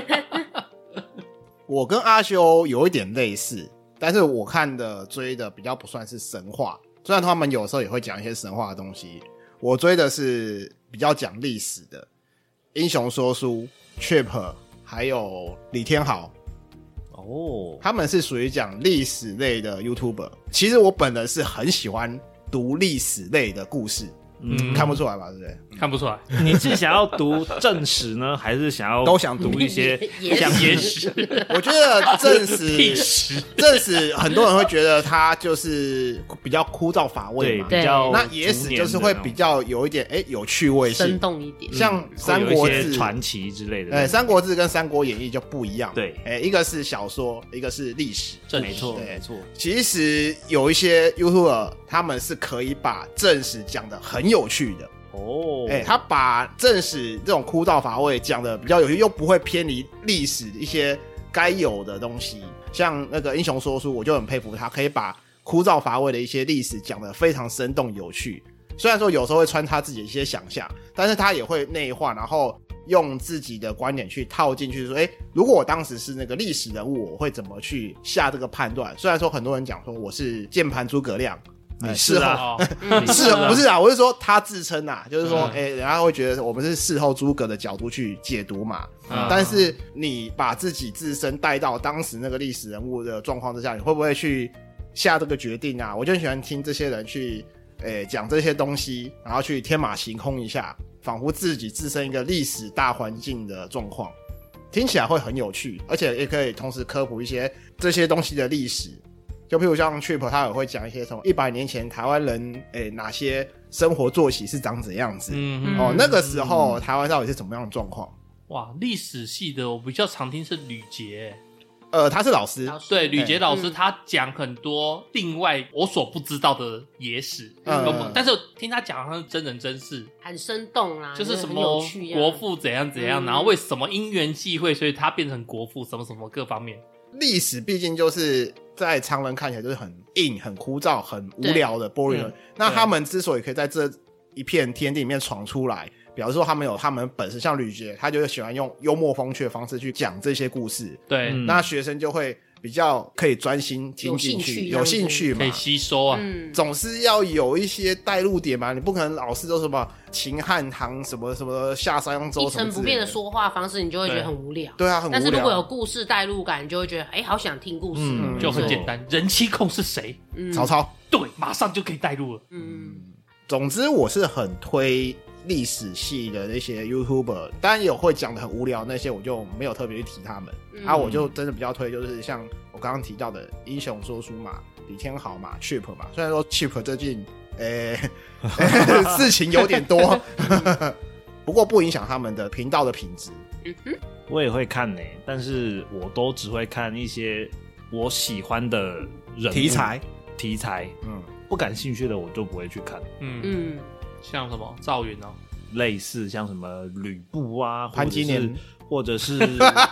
[SPEAKER 1] 我跟阿修有一点类似，但是我看的追的比较不算是神话，虽然他们有时候也会讲一些神话的东西，我追的是比较讲历史的，英雄说书 Chip 还有李天豪。哦，他们是属于讲历史类的 YouTuber。其实我本人是很喜欢读历史类的故事，嗯，看不出来吧？对不对？
[SPEAKER 3] 看不出来。
[SPEAKER 5] 你是想要读正史呢，还是想要
[SPEAKER 1] 都想
[SPEAKER 5] 读一些
[SPEAKER 3] 像野史？
[SPEAKER 1] 我觉得正史、
[SPEAKER 3] 历史、
[SPEAKER 1] 正史，很多人会觉得它就是比较枯燥乏味嘛，
[SPEAKER 5] 对，比较
[SPEAKER 1] 那野史就是会比较有一点哎有趣味性，
[SPEAKER 2] 生動一點，
[SPEAKER 1] 像《三国志》
[SPEAKER 5] 传奇之类的。
[SPEAKER 1] 哎，《三国志》跟《三国演义》就不一样，
[SPEAKER 5] 对，
[SPEAKER 1] 哎，一个是小说，一个是历史，
[SPEAKER 5] 没错，没错。
[SPEAKER 1] 其实有一些 YouTuber 他们是可以把正史讲得很有趣的。哦，哎、欸，他把正史这种枯燥乏味讲的比较有趣，又不会偏离历史一些该有的东西。像那个英雄说书，我就很佩服他，可以把枯燥乏味的一些历史讲得非常生动有趣。虽然说有时候会穿插自己的一些想象，但是他也会内化，然后用自己的观点去套进去说，哎，如果我当时是那个历史人物，我会怎么去下这个判断？虽然说很多人讲说我是键盘诸葛亮，
[SPEAKER 5] 你是啊，
[SPEAKER 1] 呃、是不是啊？我是说他自称啊，就是说，哎、嗯，人家会觉得我们是事后诸葛的角度去解读嘛。嗯、但是你把自己自身带到当时那个历史人物的状况之下，你会不会去下这个决定啊？我就很喜欢听这些人去，哎，讲这些东西，然后去天马行空一下，仿佛自己自身一个历史大环境的状况，听起来会很有趣，而且也可以同时科普一些这些东西的历史。就譬如像 Trip 他也会讲一些什么一百年前台湾人诶哪些生活作息是长怎样子，嗯哦，那个时候台湾到底是怎么样的状况？
[SPEAKER 3] 哇，历史系的我比较常听是吕杰，
[SPEAKER 1] 呃，他是老师，
[SPEAKER 2] 老师
[SPEAKER 3] 对，吕杰老师他讲很多另外我所不知道的野史，嗯、但是我听他讲好像是真人真事，
[SPEAKER 2] 很生动啦，
[SPEAKER 3] 就是什么国父怎样怎样，嗯、然后为什么因缘际会，所以他变成国父，什么什么各方面。
[SPEAKER 1] 历史毕竟就是在常人看起来就是很硬、很枯燥、很无聊的 boring、嗯。那他们之所以可以在这一片天地里面闯出来，表示说他们有他们本身，像吕杰，他就喜欢用幽默风趣的方式去讲这些故事。
[SPEAKER 3] 对，
[SPEAKER 1] 嗯、那学生就会比较可以专心听进去，有兴趣嘛，
[SPEAKER 3] 可以吸收啊。
[SPEAKER 2] 嗯，
[SPEAKER 1] 总是要有一些带入点嘛，你不可能老是都什么秦汉唐什么什么下山州
[SPEAKER 2] 一成不变的说话方式，你就会觉得很无聊。
[SPEAKER 1] 对啊，很无聊。
[SPEAKER 2] 但是如果有故事带入感，你就会觉得哎，好想听故事。
[SPEAKER 3] 嗯，就很简单，人妻控是谁？
[SPEAKER 2] 嗯、
[SPEAKER 1] 曹操。
[SPEAKER 3] 对，马上就可以带入了。
[SPEAKER 2] 嗯，
[SPEAKER 1] 总之我是很推历史系的那些 YouTuber， 当然也有会讲的很无聊那些，我就没有特别去提他们。嗯、啊，我就真的比较推，就是像我刚刚提到的英雄说书嘛，李天豪嘛 ，Chip 嘛。虽然说 Chip 最近诶、欸欸、事情有点多，不过不影响他们的频道的品质。
[SPEAKER 2] 嗯哼，
[SPEAKER 5] 我也会看呢、欸，但是我都只会看一些我喜欢的人
[SPEAKER 1] 题材
[SPEAKER 5] 题材，嗯，不感兴趣的我就不会去看。
[SPEAKER 3] 嗯嗯，像什么赵云哦，
[SPEAKER 5] 类似像什么吕布啊，
[SPEAKER 1] 潘金莲，
[SPEAKER 5] 或者是，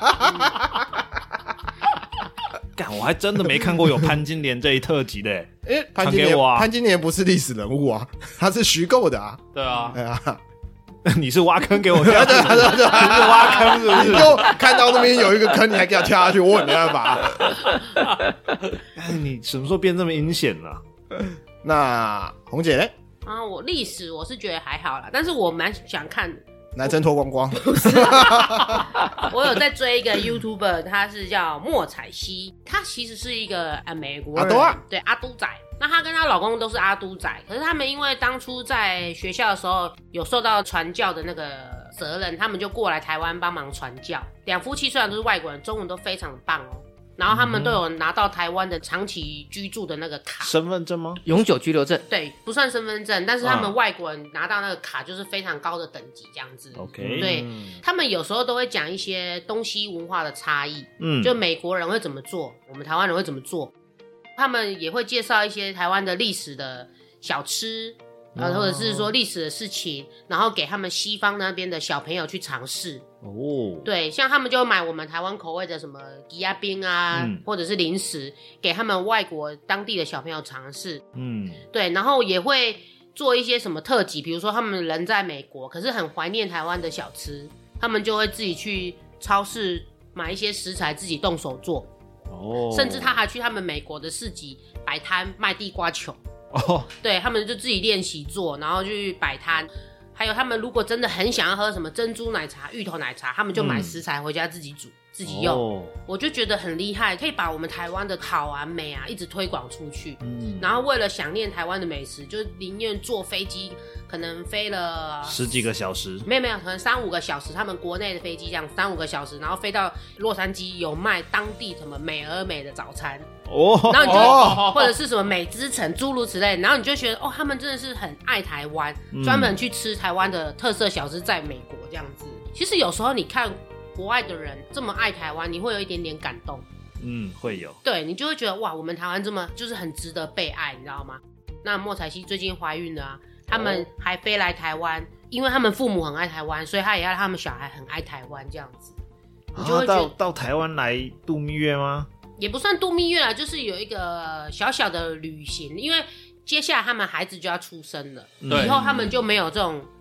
[SPEAKER 5] 干，我还真的没看过有潘金莲这一特辑的、欸。
[SPEAKER 1] 哎、欸，潘金莲、啊，潘金莲不是历史人物啊，他是虚构的啊。
[SPEAKER 3] 对啊，
[SPEAKER 1] 对啊。
[SPEAKER 5] 你是挖坑给我跳，
[SPEAKER 1] 对对对对，你是挖坑是不是？你就看到那边有一个坑，你还给他跳下去，我也没办法。
[SPEAKER 5] 哎，你什么时候变这么阴险了？
[SPEAKER 1] 那红姐呢？
[SPEAKER 2] 啊，我历史我是觉得还好啦，但是我蛮想看
[SPEAKER 1] 男生脱光光。
[SPEAKER 2] 不是，我有在追一个 YouTuber， 他是叫莫彩希，他其实是一个呃美国人，
[SPEAKER 1] 阿都啊，
[SPEAKER 2] 对阿都仔。那她跟她老公都是阿都仔，可是他们因为当初在学校的时候有受到传教的那个责任，他们就过来台湾帮忙传教。两夫妻虽然都是外国人，中文都非常的棒哦。然后他们都有拿到台湾的长期居住的那个卡，
[SPEAKER 5] 身份证吗？
[SPEAKER 4] 永久居留证？
[SPEAKER 2] 对，不算身份证，但是他们外国人拿到那个卡就是非常高的等级这样子。
[SPEAKER 5] OK，
[SPEAKER 2] 对、嗯、他们有时候都会讲一些东西文化的差异，嗯，就美国人会怎么做，我们台湾人会怎么做。他们也会介绍一些台湾的历史的小吃，呃，或者是说历史的事情，然后给他们西方那边的小朋友去尝试。哦，对，像他们就买我们台湾口味的什么吉亚冰啊、嗯，或者是零食，给他们外国当地的小朋友尝试。嗯，对，然后也会做一些什么特辑，比如说他们人在美国，可是很怀念台湾的小吃，他们就会自己去超市买一些食材，自己动手做。哦，甚至他还去他们美国的市集摆摊卖地瓜球。哦，对，他们就自己练习做，然后去摆摊。还有他们如果真的很想要喝什么珍珠奶茶、芋头奶茶，他们就买食材回家自己煮、嗯、自己用、哦、我就觉得很厉害，可以把我们台湾的好啊美啊一直推广出去、嗯、然后为了想念台湾的美食，就宁愿坐飞机可能飞了
[SPEAKER 5] 十几个小时，
[SPEAKER 2] 没有没有，可能三五个小时，他们国内的飞机这样三五个小时，然后飞到洛杉矶有卖当地什么美而美的早餐哦，然后你就、哦、或者是什么美之城诸如此类，然后你就觉得哦，他们真的是很爱台湾，专、嗯、门去吃台湾的特色小吃，在美国这样子。其实有时候你看国外的人这么爱台湾，你会有一点点感动，
[SPEAKER 5] 嗯，会有，
[SPEAKER 2] 对，你就会觉得哇，我们台湾这么就是很值得被爱，你知道吗？那莫彩希最近怀孕了啊，他们还飞来台湾、哦，因为他们父母很爱台湾，所以他也要让他们小孩很爱台湾这样子。你就会觉得、
[SPEAKER 5] 啊、到到台湾来度蜜月吗？
[SPEAKER 2] 也不算度蜜月啦，就是有一个小小的旅行，因为接下来他们孩子就要出生了，以后他们就没有这种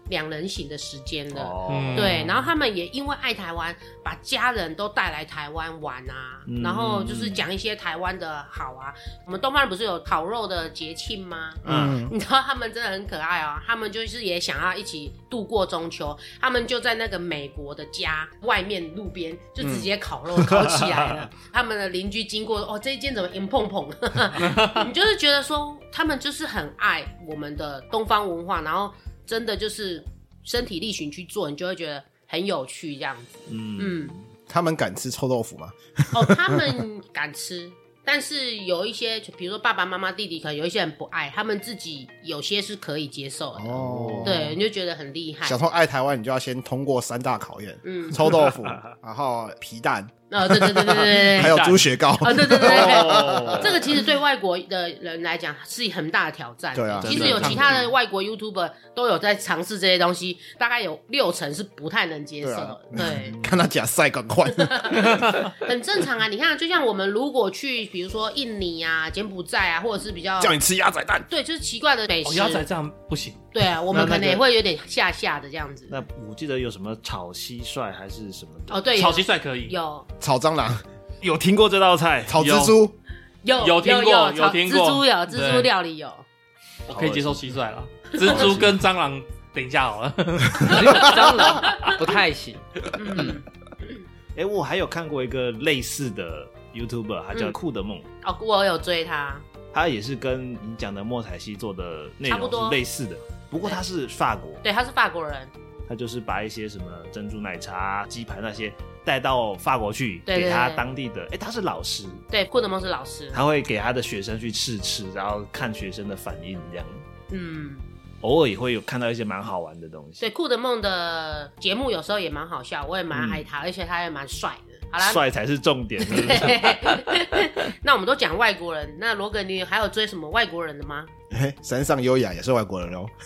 [SPEAKER 2] 两人行的时间了。
[SPEAKER 5] 哦，
[SPEAKER 2] 对，然后他们也因为爱台湾，把家人都带来台湾玩啊，
[SPEAKER 5] 嗯
[SPEAKER 2] 然后就是讲一些台湾的好啊。我们东方人不是有烤肉的节庆吗？
[SPEAKER 1] 嗯，
[SPEAKER 2] 你知道他们真的很可爱哦，他们就是也想要一起度过中秋，他们就在那个美国的家外面路边就直接烤肉、嗯、烤起来了。他们的邻居经过，哦，这一间怎么硬碰碰？你就是觉得说他们就是很爱我们的东方文化，然后真的就是身体力行去做，你就会觉得很有趣这样子。嗯嗯，
[SPEAKER 1] 他们敢吃臭豆腐吗？
[SPEAKER 2] 哦，他们敢吃。但是有一些，比如说爸爸妈妈、弟弟，可能有一些人不爱，他们自己有些是可以接受的。哦，对，你就觉得很厉害。
[SPEAKER 1] 想说爱台湾，你就要先通过三大考验，嗯，臭豆腐，然后皮蛋。
[SPEAKER 2] 哦，对对对对对，
[SPEAKER 1] 还有猪血糕。
[SPEAKER 2] 啊、哦，对对对对、哦，这个其实对外国的人来讲是很大的挑战。
[SPEAKER 1] 对啊，
[SPEAKER 2] 其实有其他的外国 YouTuber 都有在尝试这些东西，大概有六成是不太能接受的。对,、啊、对，
[SPEAKER 1] 看他假赛赶快，
[SPEAKER 2] 很正常啊。你看，就像我们如果去，比如说印尼啊、柬埔寨啊，或者是比较
[SPEAKER 1] 叫你吃鸭仔蛋，
[SPEAKER 2] 对，就是奇怪的美食。
[SPEAKER 3] 哦、鸭仔这样不行。
[SPEAKER 2] 对啊，我们可能也会有点下下的这样子。
[SPEAKER 5] 那我记得有什么炒蟋蟀还是什么的？
[SPEAKER 2] 哦，对，
[SPEAKER 3] 炒蟋蟀可以，
[SPEAKER 2] 有
[SPEAKER 1] 炒蟑螂。
[SPEAKER 5] 有听过这道菜？
[SPEAKER 1] 炒蜘蛛
[SPEAKER 2] 有
[SPEAKER 3] 有听过，有,
[SPEAKER 2] 有
[SPEAKER 3] 听过
[SPEAKER 2] 蜘蛛有蜘蛛料理有，
[SPEAKER 3] 我可以接受蟋蟀了，蜘蛛跟蟑螂等一下好了，
[SPEAKER 4] 蟑螂不太行。
[SPEAKER 2] 嗯，
[SPEAKER 5] 哎、欸，我还有看过一个类似的 YouTuber， 他叫酷的梦、
[SPEAKER 2] 嗯。哦，我有追他，
[SPEAKER 5] 他也是跟你讲的莫彩希做的内容是类似的，不过他是法国，
[SPEAKER 2] 对，他是法国人，
[SPEAKER 5] 他就是把一些什么珍珠奶茶、鸡排那些带到法国去，
[SPEAKER 2] 对对对，
[SPEAKER 5] 给他当地的，哎、欸，他是老师，
[SPEAKER 2] 对，酷的梦是老师，
[SPEAKER 5] 他会给他的学生去试吃，然后看学生的反应，这样，
[SPEAKER 2] 嗯，
[SPEAKER 5] 偶尔也会有看到一些蛮好玩的东西。
[SPEAKER 2] 对，酷的梦的节目有时候也蛮好笑，我也蛮爱他，嗯、而且他也蛮帅的。好啦，
[SPEAKER 5] 帅才是重点。是不是
[SPEAKER 2] 那我们都讲外国人，那罗格，你还有追什么外国人的吗？
[SPEAKER 1] 欸、山上优雅也是外国人哦。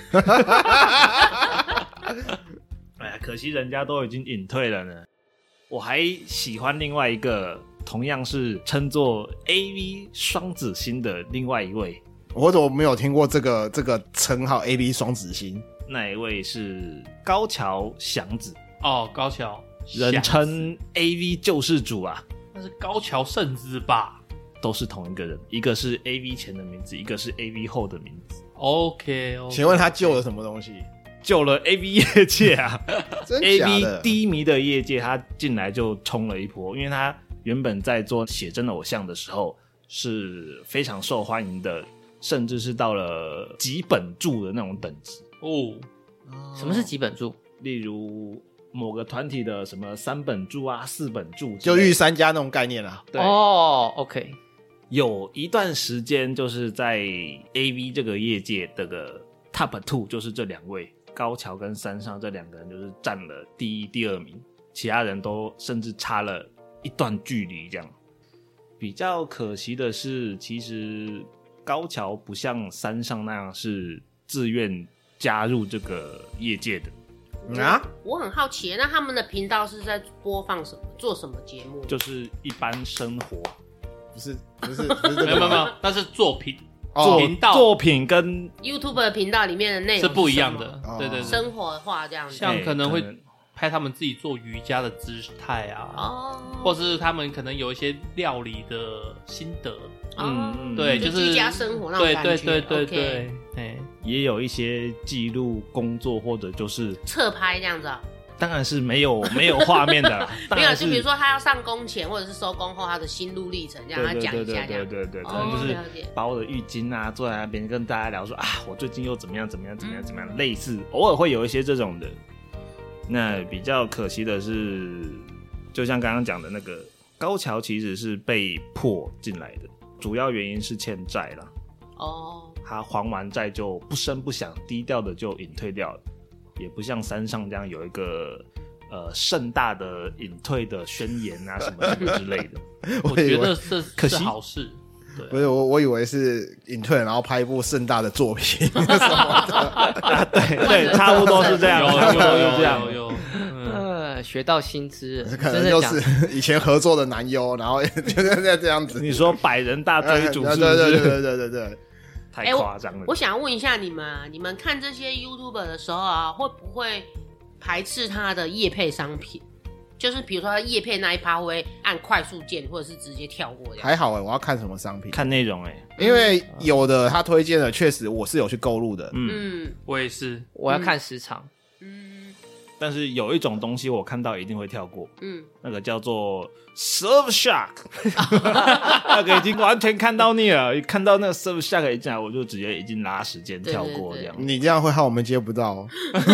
[SPEAKER 5] 哎呀，可惜人家都已经隐退了呢。我还喜欢另外一个同样是称作 A V 双子星的另外一位，
[SPEAKER 1] 我怎么没有听过这个这个称号 A V 双子星？
[SPEAKER 5] 那一位是高桥祥子
[SPEAKER 3] 哦，高桥
[SPEAKER 5] 人称 A V 救世主啊，
[SPEAKER 3] 那是高桥圣子吧？
[SPEAKER 5] 都是同一个人，一个是 A V 前的名字，一个是 A V 后的名字。
[SPEAKER 3] OK，, okay
[SPEAKER 1] 请问他救了什么东西？
[SPEAKER 5] 救了 A V 业界啊
[SPEAKER 1] 真假的
[SPEAKER 5] A V 低迷的业界，他进来就冲了一波，因为他原本在做写真偶像的时候是非常受欢迎的，甚至是到了几本柱的那种等级
[SPEAKER 3] 哦。
[SPEAKER 4] 什么是几本柱？
[SPEAKER 5] 例如某个团体的什么三本柱啊、四本柱，
[SPEAKER 1] 就御三家那种概念啊。
[SPEAKER 5] 对
[SPEAKER 4] 哦 ，OK。
[SPEAKER 5] 有一段时间就是在 A V 这个业界的个 Top Two， 就是这两位。高桥跟山上这两个人就是占了第一、第二名，其他人都甚至差了一段距离。这样比较可惜的是，其实高桥不像山上那样是自愿加入这个业界的。
[SPEAKER 1] 嗯啊，
[SPEAKER 2] 我很好奇，那他们的频道是在播放什么、做什么节目？
[SPEAKER 5] 就是一般生活，
[SPEAKER 1] 不是不是不是这个，
[SPEAKER 3] 没有没有没有，那是作品。
[SPEAKER 5] 作
[SPEAKER 3] 频道
[SPEAKER 5] 作品跟
[SPEAKER 2] YouTube 的频道里面的内容
[SPEAKER 3] 是不一样的，对对对，
[SPEAKER 2] 生活化这样子，
[SPEAKER 3] 像可能会拍他们自己做瑜伽的姿态啊，
[SPEAKER 2] 哦，
[SPEAKER 3] 或是他们可能有一些料理的心得，
[SPEAKER 2] 嗯
[SPEAKER 3] 嗯，对，就是
[SPEAKER 2] 居家生活那种感觉，
[SPEAKER 3] 对对对对对，
[SPEAKER 2] 哎，
[SPEAKER 5] 也有一些记录工作或者就是
[SPEAKER 2] 侧拍这样子啊。
[SPEAKER 5] 当然是没有没有画面的啦，
[SPEAKER 2] 没有，就比如说他要上工前或者是收工后他的心路历程，这样他讲一下这样。
[SPEAKER 5] 对对对对对，
[SPEAKER 2] 哦、
[SPEAKER 5] 可能就是把我的浴巾啊坐在那边跟大家聊说啊，我最近又怎么样怎么样怎么样怎么样，嗯、类似偶尔会有一些这种的。那比较可惜的是，就像刚刚讲的那个高桥，其实是被迫进来的，主要原因是欠债啦。
[SPEAKER 2] 哦，
[SPEAKER 5] 他还完债就不声不响，低调的就隐退掉了。也不像山上这样有一个呃盛大的隐退的宣言啊什么什么之类的。
[SPEAKER 3] 我觉得这
[SPEAKER 5] 可惜
[SPEAKER 3] 是好事。对啊，
[SPEAKER 1] 不是我，我以为是隐退，然后拍一部盛大的作品什么的。
[SPEAKER 5] 啊，对对，差不多是这样，
[SPEAKER 3] 有
[SPEAKER 5] 差不多
[SPEAKER 3] 有
[SPEAKER 5] 是这样。
[SPEAKER 3] 有有，
[SPEAKER 4] 呃，学到新知，
[SPEAKER 1] 可能就是以前合作的男优，然后就是这样子。
[SPEAKER 5] 你说百人大追逐是不是？
[SPEAKER 1] 对对对对对对对。
[SPEAKER 5] 太夸张了、欸
[SPEAKER 2] 我。我想问一下你们、啊，你们看这些 YouTuber 的时候啊，会不会排斥他的业配商品？就是比如说他业配那一趴会按快速键，或者是直接跳过这样。
[SPEAKER 1] 还好哎、欸，我要看什么商品？
[SPEAKER 5] 看内容哎、欸，
[SPEAKER 1] 因为有的他推荐的确实我是有去购入的。
[SPEAKER 5] 嗯，
[SPEAKER 2] 嗯
[SPEAKER 3] 我也是，
[SPEAKER 4] 我要看时长。
[SPEAKER 2] 嗯
[SPEAKER 5] 但是有一种东西我看到一定会跳过，
[SPEAKER 2] 嗯，
[SPEAKER 5] 那个叫做 Surfshark， 那个已经完全看到腻了。一看到那个 Surfshark 一进来，我就直接已经拉时间跳过这样。
[SPEAKER 1] 你这样会害我们接不到、哦。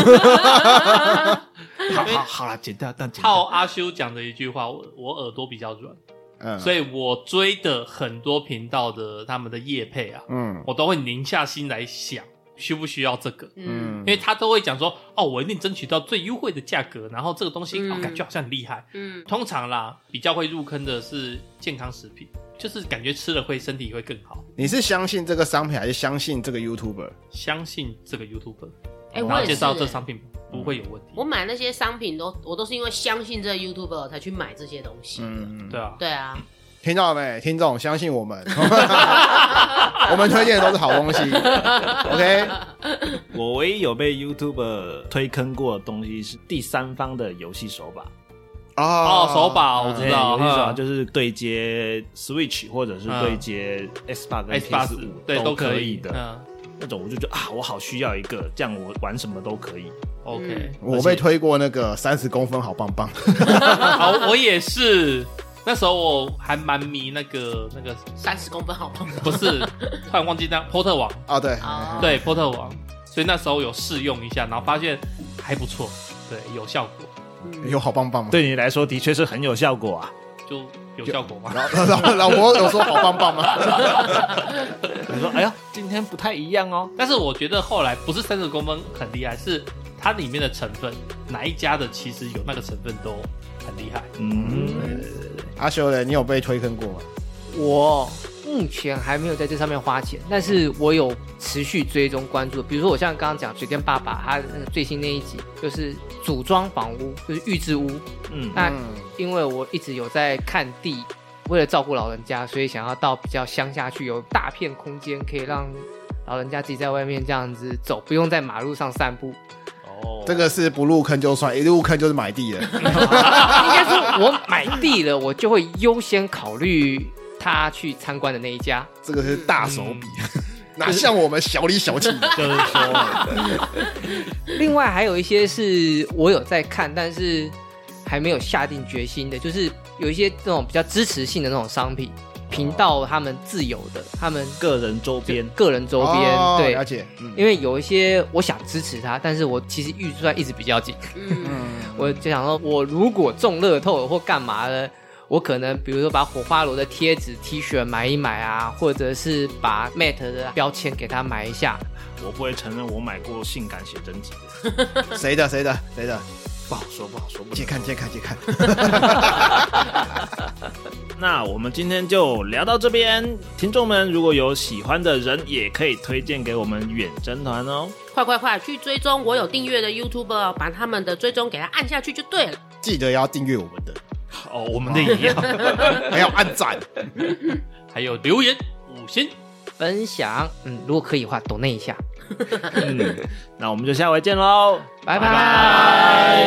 [SPEAKER 5] 好好好啦，剪掉，但剪
[SPEAKER 3] 套
[SPEAKER 5] 掉。
[SPEAKER 3] 阿修讲的一句话，我我耳朵比较软，
[SPEAKER 1] 嗯，
[SPEAKER 3] 所以我追的很多频道的他们的业配啊，
[SPEAKER 1] 嗯
[SPEAKER 3] 我都会宁下心来想需不需要这个。
[SPEAKER 2] 嗯
[SPEAKER 1] 嗯
[SPEAKER 3] 因为他都会讲说，哦，我一定争取到最优惠的价格，然后这个东西、
[SPEAKER 2] 嗯
[SPEAKER 3] 哦、感觉好像很厉害。
[SPEAKER 2] 嗯
[SPEAKER 3] 通常啦，比较会入坑的是健康食品，就是感觉吃了会身体会更好。
[SPEAKER 1] 你是相信这个商品，还是相信这个 YouTuber？
[SPEAKER 3] 相信这个 YouTuber，
[SPEAKER 2] 哎、
[SPEAKER 3] 然后介
[SPEAKER 2] 我也是、欸。
[SPEAKER 3] 绍这商品不会有问题。
[SPEAKER 2] 我买那些商品都，我都是因为相信这个 YouTuber 才去买这些东西。
[SPEAKER 1] 嗯，
[SPEAKER 3] 对啊，
[SPEAKER 2] 对啊，
[SPEAKER 1] 听到了没？听众相信我们，我们推荐的都是好东西。OK，
[SPEAKER 5] 我唯一有被 YouTuber 推坑过的东西是第三方的游戏手把。
[SPEAKER 1] 哦
[SPEAKER 3] 哦手把我知道
[SPEAKER 5] 对游戏手把
[SPEAKER 3] 嗯
[SPEAKER 5] 就是对接 Switch 或者是对接 Xbox 跟
[SPEAKER 3] S 八
[SPEAKER 5] P
[SPEAKER 3] 十
[SPEAKER 5] S 五
[SPEAKER 3] 对
[SPEAKER 5] 都
[SPEAKER 3] 可
[SPEAKER 5] 以的、
[SPEAKER 3] 嗯
[SPEAKER 5] 那种，我就觉得啊，我好需要一个，这样我玩什么都可以。
[SPEAKER 3] ，OK，
[SPEAKER 1] 我被推过那个三十公分好棒棒。
[SPEAKER 3] 好，我也是。那时候我还蛮迷那个那个，
[SPEAKER 2] 三十公分好棒。
[SPEAKER 3] 不是，突然忘记那波特王，
[SPEAKER 1] 哦，对，
[SPEAKER 2] 哦
[SPEAKER 3] 对波特王，所以那时候有试用一下，然后发现还不错，对，有效果，
[SPEAKER 1] 有好棒棒吗？
[SPEAKER 5] 对你来说的确是很有效果啊。
[SPEAKER 3] 就有效果吗？
[SPEAKER 1] 老老老婆有说好棒棒吗？
[SPEAKER 5] 你说，哎呀，今天不太一样哦。
[SPEAKER 3] 但是我觉得后来不是三十公分很厉害，是它里面的成分，哪一家的其实有那个成分都很厉害。
[SPEAKER 5] 嗯，
[SPEAKER 1] 阿修嘞，你有被推坑过吗？
[SPEAKER 4] 我目前还没有在这上面花钱，但是我有持续追踪关注。比如说我像刚刚讲水电爸爸，他那个最新那一集就是组装房屋，就是预制屋。
[SPEAKER 5] 嗯，
[SPEAKER 4] 那
[SPEAKER 1] 嗯
[SPEAKER 4] 因为我一直有在看地，为了照顾老人家，所以想要到比较乡下去，有大片空间可以让老人家自己在外面这样子走，不用在马路上散步。
[SPEAKER 5] 哦，
[SPEAKER 1] 这个是不入坑就算，一入坑就是买地了。
[SPEAKER 4] 应该说，我买地了，我就会优先考虑他去参观的那一家。
[SPEAKER 1] 这个是大手笔，哪像我们小里小气。
[SPEAKER 5] 就是说，
[SPEAKER 4] 另外还有一些是我有在看，但是还没有下定决心的，就是有一些这种比较支持性的那种商品频道，他们自有的，他们
[SPEAKER 5] 个人周边，
[SPEAKER 4] 个人周边，
[SPEAKER 1] 哦
[SPEAKER 4] 对，
[SPEAKER 1] 了解。嗯
[SPEAKER 4] 因为有一些我想支持他，但是我其实预算一直比较紧，
[SPEAKER 2] 嗯，
[SPEAKER 1] 嗯，
[SPEAKER 4] 我就想说，我如果中乐透了或干嘛了，我可能比如说把火花罗的贴纸 T 恤买一买啊，或者是把 Mate 的标签给他买一下。
[SPEAKER 5] 我不会承认我买过性感写真集的，
[SPEAKER 1] 谁的谁的谁的？
[SPEAKER 5] 不好说，不好说，不
[SPEAKER 1] 借
[SPEAKER 5] 能
[SPEAKER 1] 看借看借看。
[SPEAKER 5] 那我们今天就聊到这边，听众们如果有喜欢的人，也可以推荐给我们远征团哦。
[SPEAKER 2] 快快快去追踪我有订阅的 YouTuber，哦把他们的追踪给他按下去就对了。
[SPEAKER 1] 记得要订阅我们的，
[SPEAKER 5] 哦，我们的也要。
[SPEAKER 1] 还要按赞。
[SPEAKER 3] 还有留言五星，
[SPEAKER 4] 分享，嗯，如果可以的话，抖内一下，
[SPEAKER 5] 嗯，那我们就下回见喽，
[SPEAKER 4] 拜
[SPEAKER 5] 拜
[SPEAKER 4] 拜。